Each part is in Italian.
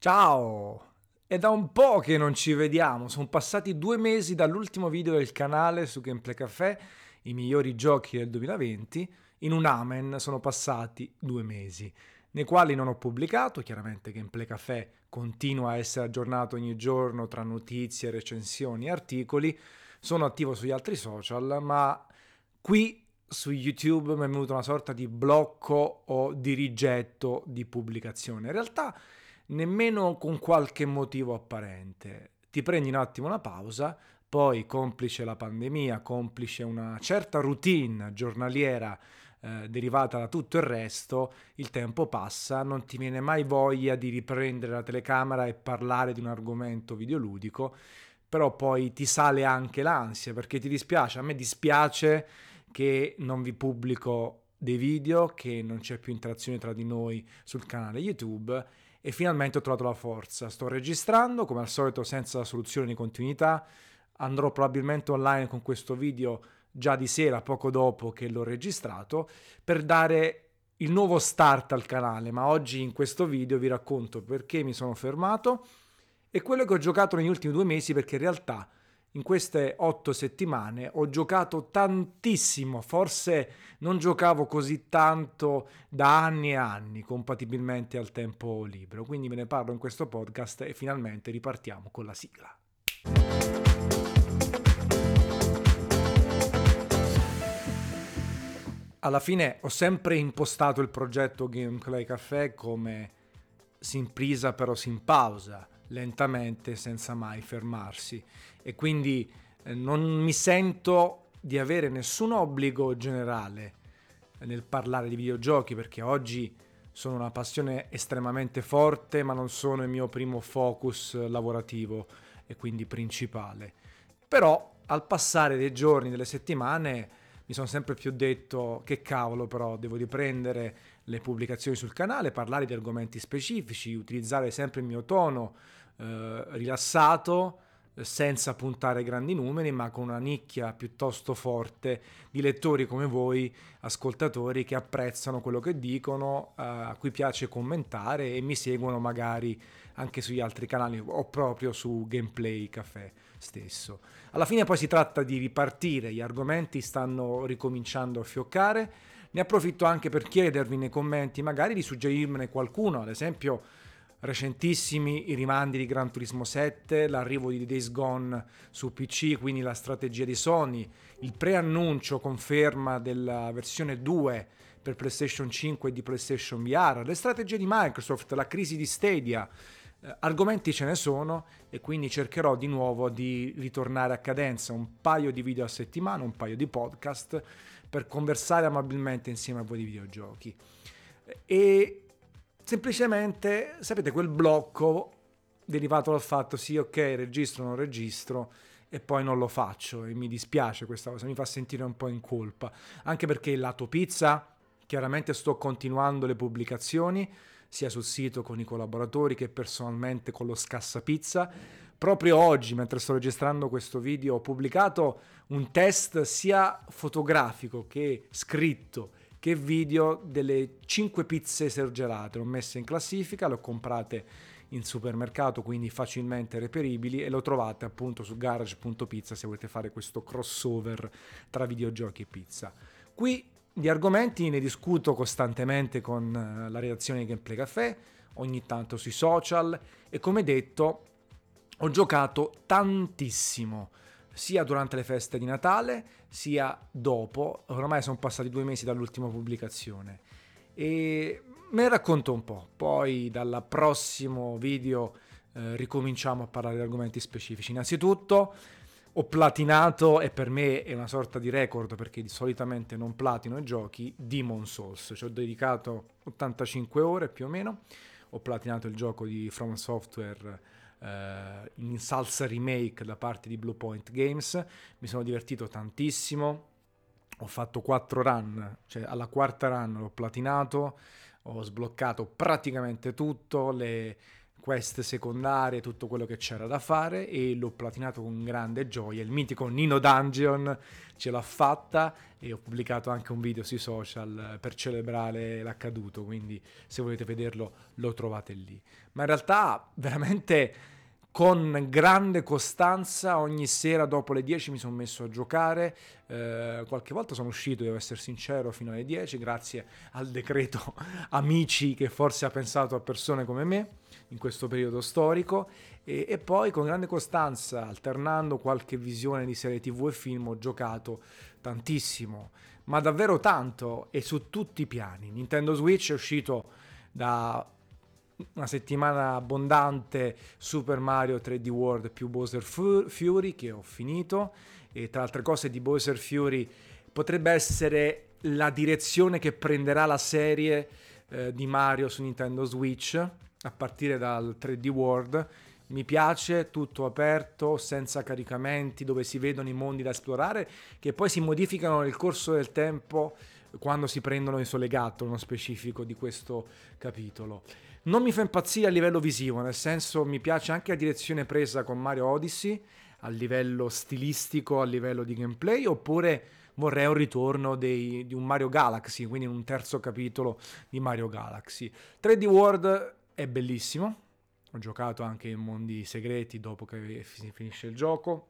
Ciao! È da un po' che non ci vediamo, sono passati 2 mesi dall'ultimo video del canale su Gameplay Café, i migliori giochi del 2020. In un amen sono passati 2 mesi, nei quali non ho pubblicato. Chiaramente Gameplay Café continua a essere aggiornato ogni giorno tra notizie, recensioni e articoli. Sono attivo sugli altri social, ma qui su YouTube mi è venuto una sorta di blocco o di rigetto di pubblicazione. In realtà nemmeno con qualche motivo apparente. Ti prendi un attimo una pausa, poi complice la pandemia, complice una certa routine giornaliera derivata da tutto il resto, il tempo passa, non ti viene mai voglia di riprendere la telecamera e parlare di un argomento videoludico, però poi ti sale anche l'ansia perché ti dispiace. A me dispiace che non vi pubblico dei video, che non c'è più interazione tra di noi sul canale YouTube, e finalmente ho trovato la forza. Sto registrando, come al solito senza soluzione di continuità. Andrò probabilmente online con questo video già di sera, poco dopo che l'ho registrato, per dare il nuovo start al canale. Ma oggi in questo video vi racconto perché mi sono fermato e quello che ho giocato negli ultimi 2 mesi, perché in realtà in queste 8 settimane ho giocato tantissimo, forse non giocavo così tanto da anni e anni, compatibilmente al tempo libero. Quindi ve ne parlo in questo podcast e finalmente ripartiamo con la sigla. Alla fine ho sempre impostato il progetto Gameplay Café come si imprisa però si impausa, lentamente, senza mai fermarsi, e quindi non mi sento di avere nessun obbligo generale nel parlare di videogiochi, perché oggi sono una passione estremamente forte, ma non sono il mio primo focus lavorativo e quindi principale. Però al passare dei giorni, delle settimane, mi sono sempre più detto che cavolo, però devo riprendere le pubblicazioni sul canale, parlare di argomenti specifici, utilizzare sempre il mio tono rilassato, senza puntare ai grandi numeri, ma con una nicchia piuttosto forte di lettori come voi, ascoltatori che apprezzano quello che dicono, a cui piace commentare e mi seguono magari anche sugli altri canali o proprio su Gameplay Café stesso. Alla fine poi si tratta di ripartire, gli argomenti stanno ricominciando a fioccare. Ne approfitto anche per chiedervi nei commenti magari di suggerirmene qualcuno, ad esempio recentissimi i rimandi di Gran Turismo 7, l'arrivo di Days Gone su PC, quindi la strategia di Sony, il preannuncio conferma della versione 2 per PlayStation 5 e di PlayStation VR, le strategie di Microsoft, la crisi di Stadia. Argomenti ce ne sono e quindi cercherò di nuovo di ritornare a cadenza, un paio di video a settimana, un paio di podcast per conversare amabilmente insieme a voi di videogiochi. E semplicemente, sapete, quel blocco derivato dal fatto sì, ok, registro, non registro, e poi non lo faccio e mi dispiace questa cosa, mi fa sentire un po' in colpa, anche perché il lato pizza, chiaramente sto continuando le pubblicazioni sia sul sito con i collaboratori che personalmente con lo Scassapizza. Proprio oggi, mentre sto registrando questo video, ho pubblicato un test sia fotografico che scritto che video delle 5 pizze surgelate. L'ho messe in classifica, le ho comprate in supermercato, quindi facilmente reperibili, e lo trovate appunto su garage.pizza se volete fare questo crossover tra videogiochi e pizza. Qui di argomenti ne discuto costantemente con la redazione di Gameplay Café, ogni tanto sui social, e come detto ho giocato tantissimo, sia durante le feste di Natale sia dopo. Ormai sono passati 2 mesi dall'ultima pubblicazione e me ne racconto un po', poi dal prossimo video ricominciamo a parlare di argomenti specifici. Innanzitutto ho platinato, e per me è una sorta di record perché solitamente non platino i giochi, Demon's Souls. Ci ho dedicato 85 ore più o meno. Ho platinato il gioco di From Software in salsa remake da parte di Bluepoint Games. Mi sono divertito tantissimo. Ho fatto 4 run, cioè alla quarta run l'ho platinato, ho sbloccato praticamente tutto, quest secondarie, tutto quello che c'era da fare, e l'ho platinato con grande gioia. Il mitico Nino Dungeon ce l'ha fatta, e ho pubblicato anche un video sui social per celebrare l'accaduto, quindi se volete vederlo lo trovate lì. Ma in realtà veramente con grande costanza ogni sera dopo le 10 mi sono messo a giocare. Qualche volta sono uscito, devo essere sincero, fino alle 10 grazie al decreto amici, che forse ha pensato a persone come me in questo periodo storico, e poi con grande costanza, alternando qualche visione di serie TV e film, ho giocato tantissimo, ma davvero tanto, e su tutti i piani. Nintendo Switch è uscito da una settimana abbondante Super Mario 3D World più Bowser Fury, che ho finito, e tra altre cose di Bowser Fury potrebbe essere la direzione che prenderà la serie di Mario su Nintendo Switch a partire dal 3D World. Mi piace, tutto aperto, senza caricamenti, dove si vedono i mondi da esplorare, che poi si modificano nel corso del tempo quando si prendono il solegato, nello specifico di questo capitolo. Non mi fa impazzire a livello visivo, nel senso mi piace anche la direzione presa con Mario Odyssey, a livello stilistico, a livello di gameplay, oppure vorrei un ritorno di un Mario Galaxy, quindi un terzo capitolo di Mario Galaxy. 3D World è bellissimo, ho giocato anche in mondi segreti dopo che si finisce il gioco,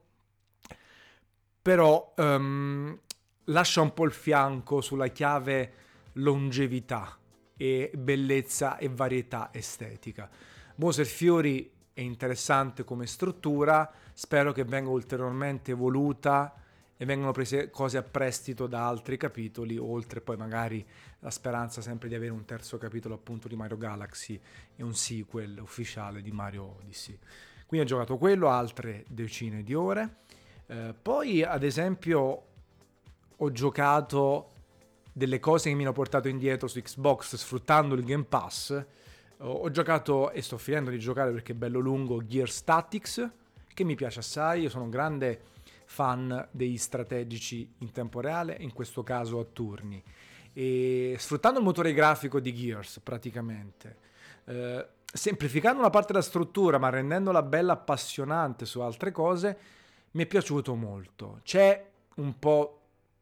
però lascia un po' il fianco sulla chiave longevità e bellezza e varietà estetica. Bowser Fury è interessante come struttura, spero che venga ulteriormente evoluta e vengano prese cose a prestito da altri capitoli, oltre poi magari la speranza sempre di avere un terzo capitolo appunto di Mario Galaxy e un sequel ufficiale di Mario Odyssey. Quindi ho giocato quello, altre decine di ore. Poi ad esempio ho giocato delle cose che mi hanno portato indietro su Xbox sfruttando il Game Pass. Ho giocato, e sto finendo di giocare perché è bello lungo, Gears Tactics, che mi piace assai. Io sono un grande fan dei strategici in tempo reale, in questo caso a turni, e sfruttando il motore grafico di Gears praticamente, semplificando una parte della struttura ma rendendola bella appassionante su altre cose, mi è piaciuto molto. C'è un po'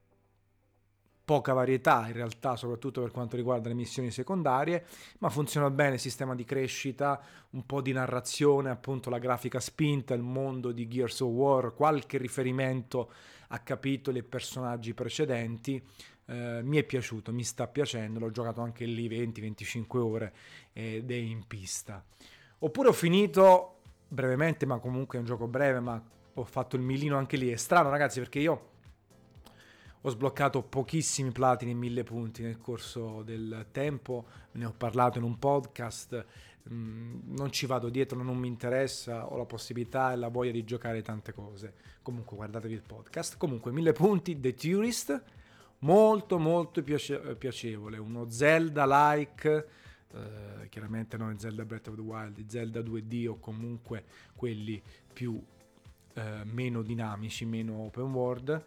poca varietà in realtà, soprattutto per quanto riguarda le missioni secondarie, ma funziona bene il sistema di crescita, un po' di narrazione, appunto la grafica spinta, il mondo di Gears of War, qualche riferimento a capitoli e personaggi precedenti. Mi è piaciuto, mi sta piacendo, l'ho giocato anche lì 20-25 ore ed è in pista. Oppure ho finito brevemente, ma comunque è un gioco breve, ma ho fatto il millino anche lì. È strano ragazzi, perché io ho sbloccato pochissimi platini e 1000 punti nel corso del tempo, ne ho parlato in un podcast, non ci vado dietro, non mi interessa, ho la possibilità e la voglia di giocare tante cose. Comunque guardatevi il podcast. Comunque 1000 punti, The Tourist, molto molto piacevole, uno Zelda-like, chiaramente non è Zelda Breath of the Wild, Zelda 2D o comunque quelli più meno dinamici, meno open world,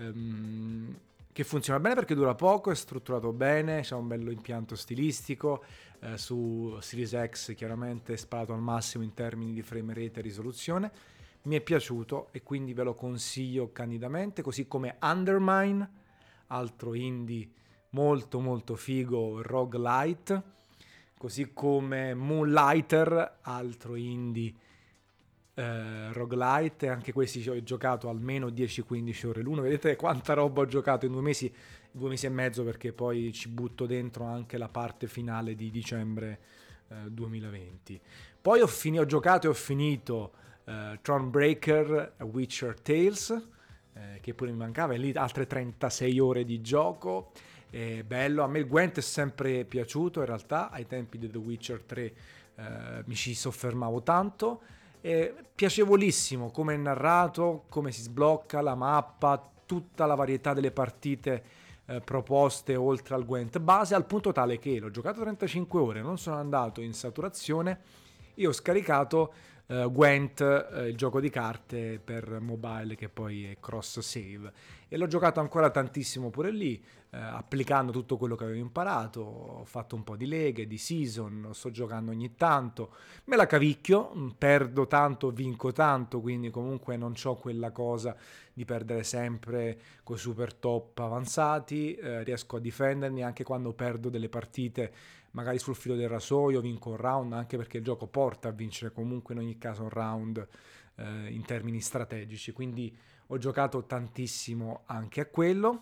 che funziona bene perché dura poco, è strutturato bene, c'è un bello impianto stilistico, su Series X chiaramente è sparato al massimo in termini di frame rate e risoluzione. Mi è piaciuto e quindi ve lo consiglio candidamente, così come Undermine, altro indie molto molto figo, roguelite, così come Moonlighter, altro indie roguelite, e anche questi ci ho giocato almeno 10-15 ore l'uno. Vedete quanta roba ho giocato in 2 mesi e mezzo, perché poi ci butto dentro anche la parte finale di dicembre 2020. Poi ho giocato e ho finito Thronebreaker, Witcher Tales, che pure mi mancava, e lì altre 36 ore di gioco. È bello, a me il Gwent è sempre piaciuto, in realtà ai tempi di The Witcher 3 mi ci soffermavo tanto. È piacevolissimo come è narrato, come si sblocca la mappa, tutta la varietà delle partite proposte oltre al Gwent base, al punto tale che l'ho giocato 35 ore, non sono andato in saturazione Io ho scaricato Gwent, il gioco di carte per mobile che poi è cross save, e l'ho giocato ancora tantissimo pure lì, applicando tutto quello che avevo imparato. Ho fatto un po' di leghe, di season, lo sto giocando ogni tanto, me la cavicchio, perdo tanto, vinco tanto, quindi comunque non ho quella cosa di perdere sempre coi super top avanzati, riesco a difendermi anche quando perdo delle partite magari sul filo del rasoio, vinco un round, anche perché il gioco porta a vincere comunque in ogni caso un round in termini strategici, quindi ho giocato tantissimo anche a quello.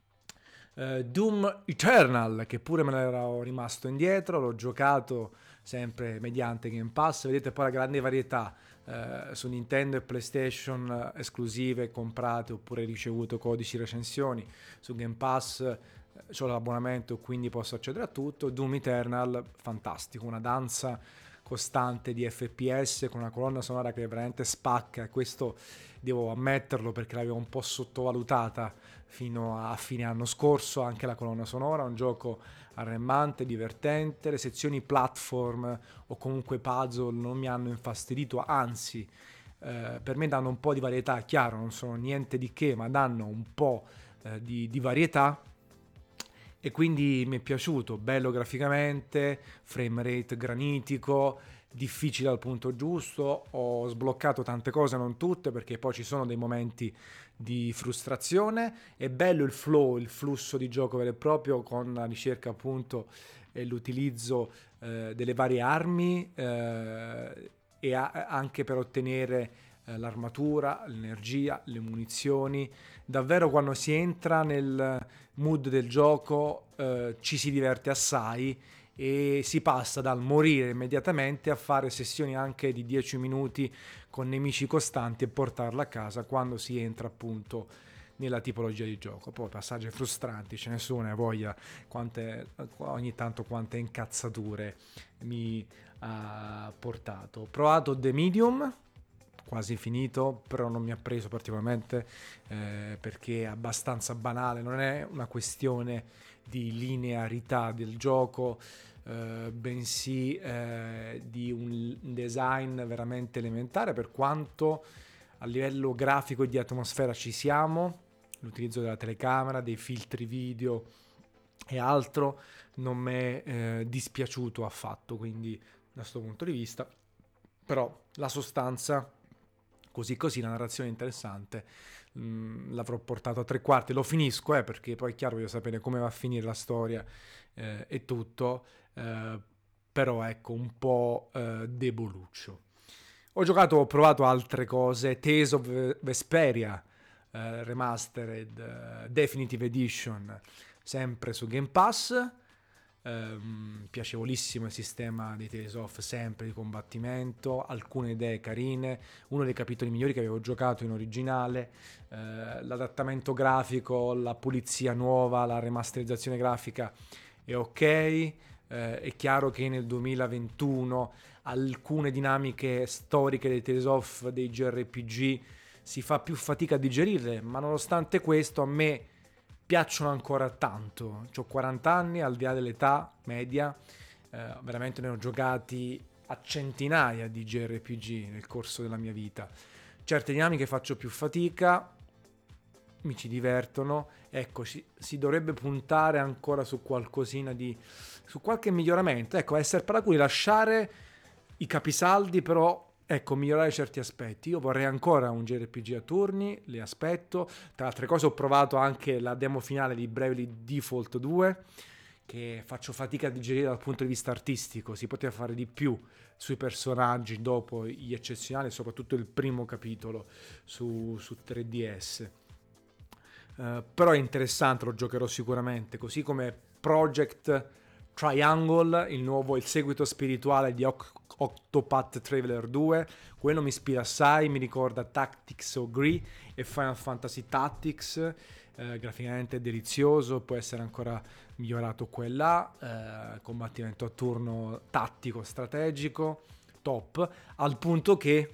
Doom Eternal, che pure me l'ero rimasto indietro, l'ho giocato sempre mediante Game Pass. Vedete poi la grande varietà su Nintendo e PlayStation, esclusive comprate oppure ricevute codici recensioni. Su Game Pass ho l'abbonamento, quindi posso accedere a tutto. Doom Eternal, fantastico, una danza costante di FPS con una colonna sonora che veramente spacca, e questo devo ammetterlo perché l'avevo un po' sottovalutata fino a fine anno scorso. Anche la colonna sonora, un gioco arremmante, divertente. Le sezioni platform o comunque puzzle non mi hanno infastidito, anzi per me danno un po' di varietà. Chiaro, non sono niente di che, ma danno un po' di varietà, e quindi mi è piaciuto. Bello graficamente, frame rate granitico, difficile al punto giusto. Ho sbloccato tante cose, non tutte, perché poi ci sono dei momenti di frustrazione. È bello il flow, il flusso di gioco vero e proprio, con la ricerca appunto e l'utilizzo delle varie armi, anche per ottenere l'armatura, l'energia, le munizioni. Davvero quando si entra nel mood del gioco ci si diverte assai, e si passa dal morire immediatamente a fare sessioni anche di 10 minuti con nemici costanti e portarla a casa quando si entra appunto nella tipologia di gioco. Poi passaggi frustranti ce ne sono, e voglia, ogni tanto quante incazzature mi ha portato. Ho provato The Medium, quasi finito, però non mi ha preso particolarmente perché è abbastanza banale. Non è una questione di linearità del gioco, bensì di un design veramente elementare, per quanto a livello grafico e di atmosfera ci siamo. L'utilizzo della telecamera, dei filtri video e altro non mi è dispiaciuto affatto, quindi da questo punto di vista. Però la sostanza, così così, la narrazione è interessante. L'avrò portato a 3/4, lo finisco perché poi è chiaro, voglio sapere come va a finire la storia e tutto, però ecco, un po' deboluccio. Ho provato altre cose. Tales of Vesperia Remastered Definitive Edition, sempre su Game Pass. Piacevolissimo il sistema dei Tales of, sempre di combattimento, alcune idee carine, uno dei capitoli migliori che avevo giocato in originale, l'adattamento grafico, la pulizia nuova, la remasterizzazione grafica è ok. È chiaro che nel 2021 alcune dinamiche storiche dei Tales of, dei JRPG, si fa più fatica a digerirle, ma nonostante questo a me piacciono ancora tanto. Ho 40 anni, al di là dell'età media, veramente ne ho giocati a centinaia di JRPG nel corso della mia vita. Certe dinamiche faccio più fatica, mi ci divertono. Ecco, si dovrebbe puntare ancora su qualcosina su qualche miglioramento. Ecco, essere paraculi, lasciare i capisaldi, però ecco, migliorare certi aspetti. Io vorrei ancora un JRPG a turni, li aspetto. Tra altre cose ho provato anche la demo finale di Bravely Default 2, che faccio fatica a digerire dal punto di vista artistico. Si poteva fare di più sui personaggi dopo gli eccezionali, soprattutto il primo capitolo su 3DS. Però è interessante, lo giocherò sicuramente, così come Project Triangle, il seguito spirituale di Octopath Traveler 2. Quello mi ispira assai, mi ricorda Tactics Ogre e Final Fantasy Tactics. Graficamente delizioso, può essere ancora migliorato qua e là. Combattimento a turno tattico strategico top, al punto che,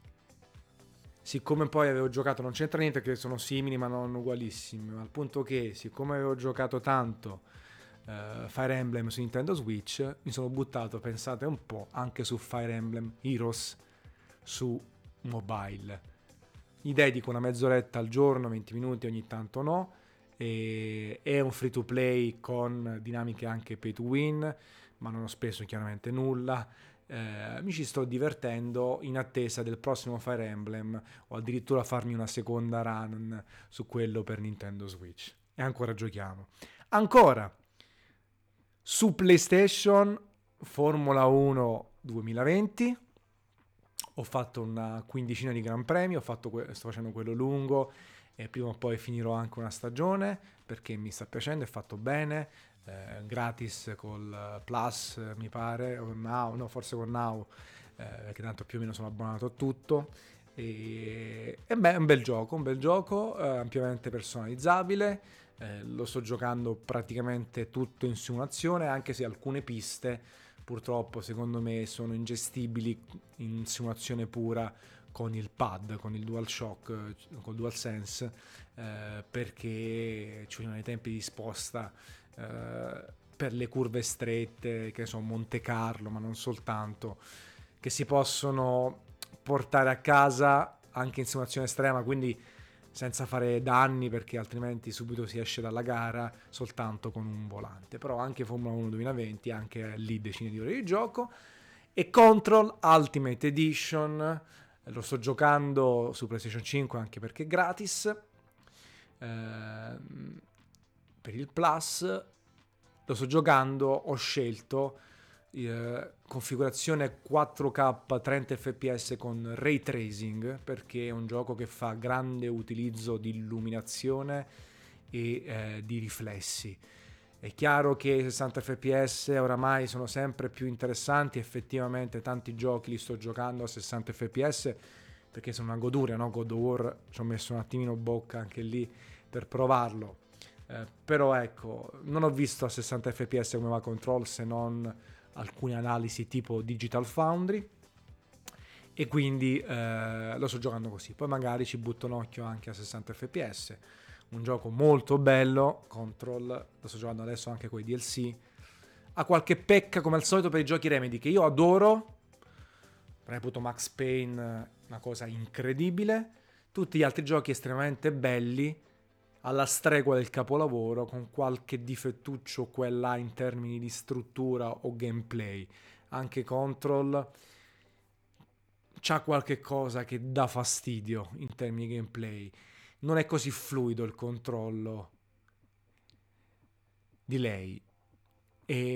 siccome poi avevo giocato, non c'entra niente che sono simili ma non ugualissimi, ma al punto che siccome avevo giocato tanto Fire Emblem su Nintendo Switch, mi sono buttato, pensate un po', anche su Fire Emblem Heroes su mobile. Gli dedico una mezz'oretta al giorno, 20 minuti ogni tanto no, e è un free to play con dinamiche anche pay to win, ma non ho speso chiaramente nulla. Mi ci sto divertendo in attesa del prossimo Fire Emblem o addirittura farmi una seconda run su quello per Nintendo Switch. E ancora giochiamo. Ancora su PlayStation Formula 1 2020 ho fatto una quindicina di Gran Premi, sto facendo quello lungo e prima o poi finirò anche una stagione perché mi sta piacendo, è fatto bene, gratis col Plus mi pare, o Now, no, forse con Now, perché tanto più o meno sono abbonato a tutto. E beh, è un bel gioco ampiamente personalizzabile, lo sto giocando praticamente tutto in simulazione, anche se alcune piste purtroppo secondo me sono ingestibili in simulazione pura con il pad, con il DualShock, col DualSense, perché ci vogliono i tempi di sposta per le curve strette, che sono Monte Carlo, ma non soltanto, che si possono portare a casa anche in simulazione estrema, quindi senza fare danni, perché altrimenti subito si esce dalla gara soltanto con un volante. Però anche Formula 1 2020, anche lì decine di ore di gioco. E Control Ultimate Edition lo sto giocando su PlayStation 5 anche perché è gratis, per il Plus. Lo sto giocando, ho scelto configurazione 4K 30 fps con ray tracing, perché è un gioco che fa grande utilizzo di illuminazione e di riflessi. È chiaro che 60 fps oramai sono sempre più interessanti, effettivamente tanti giochi li sto giocando a 60 fps perché sono una goduria, no? God of War ci ho messo un attimino bocca anche lì per provarlo, però ecco, non ho visto a 60 fps come va Control, se non alcune analisi tipo Digital Foundry, e quindi lo sto giocando così. Poi magari ci butto un occhio anche a 60 fps. Un gioco molto bello, Control, lo sto giocando adesso anche con i DLC. Ha qualche pecca come al solito per i giochi Remedy che io adoro, reputo Max Payne una cosa incredibile, tutti gli altri giochi estremamente belli, alla stregua del capolavoro, con qualche difettuccio qua e là in termini di struttura o gameplay. Anche Control c'ha qualche cosa che dà fastidio in termini di gameplay. Non è così fluido il controllo di lei. E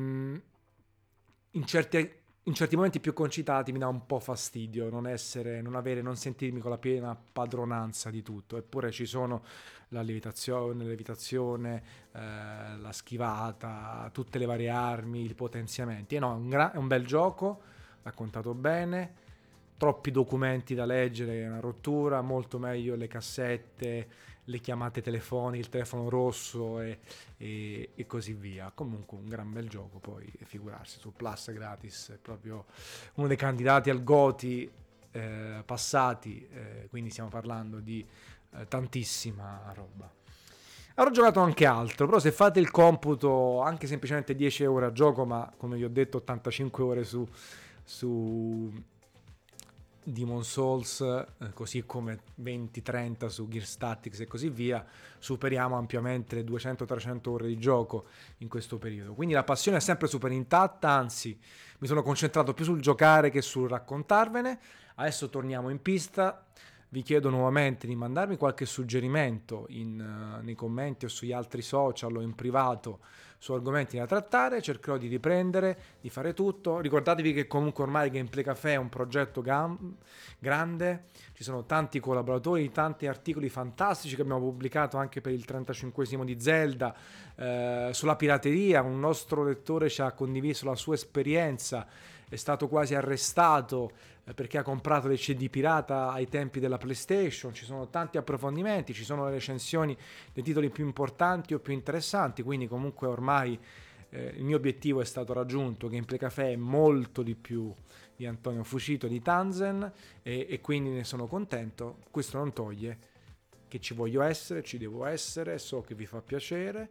in certi momenti più concitati mi dà un po' fastidio non sentirmi con la piena padronanza di tutto. Eppure ci sono la levitazione, la schivata, tutte le varie armi, i potenziamenti. E no, è un bel gioco, raccontato bene, troppi documenti da leggere, è una rottura, molto meglio le cassette, le chiamate telefoniche, il telefono rosso e così via. Comunque un gran bel gioco, poi figurarsi, su Plus gratis, è proprio uno dei candidati al GOTY passati, quindi stiamo parlando di tantissima roba. Avrò giocato anche altro, però se fate il computo, anche semplicemente 10 euro a gioco, ma come vi ho detto 85 ore su Demon Souls, così come 20-30 su Gears Tactics e così via, superiamo ampiamente le 200-300 ore di gioco in questo periodo. Quindi la passione è sempre super intatta, anzi mi sono concentrato più sul giocare che sul raccontarvene. Adesso torniamo in pista. Vi chiedo nuovamente di mandarmi qualche suggerimento nei commenti o sugli altri social o in privato su argomenti da trattare. Cercherò di riprendere, di fare tutto. Ricordatevi che comunque ormai Gameplay Café è un progetto grande, ci sono tanti collaboratori, tanti articoli fantastici che abbiamo pubblicato anche per il 35esimo di Zelda, sulla pirateria. Un nostro lettore ci ha condiviso la sua esperienza, è stato quasi arrestato perché ha comprato dei CD pirata ai tempi della PlayStation. Ci sono tanti approfondimenti, ci sono le recensioni dei titoli più importanti o più interessanti, quindi comunque ormai il mio obiettivo è stato raggiunto. Gameplay Café è molto di più di Antonio Fucito, di Tanzen, e quindi ne sono contento. Questo non toglie che ci voglio essere, ci devo essere, so che vi fa piacere,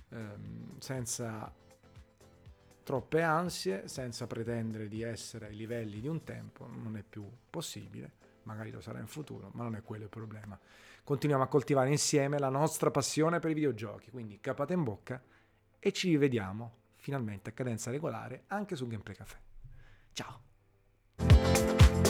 senza troppe ansie, senza pretendere di essere ai livelli di un tempo. Non è più possibile, magari lo sarà in futuro, ma non è quello il problema. Continuiamo a coltivare insieme la nostra passione per i videogiochi, quindi capate in bocca e ci vediamo finalmente a cadenza regolare anche su Gameplay Café. Ciao!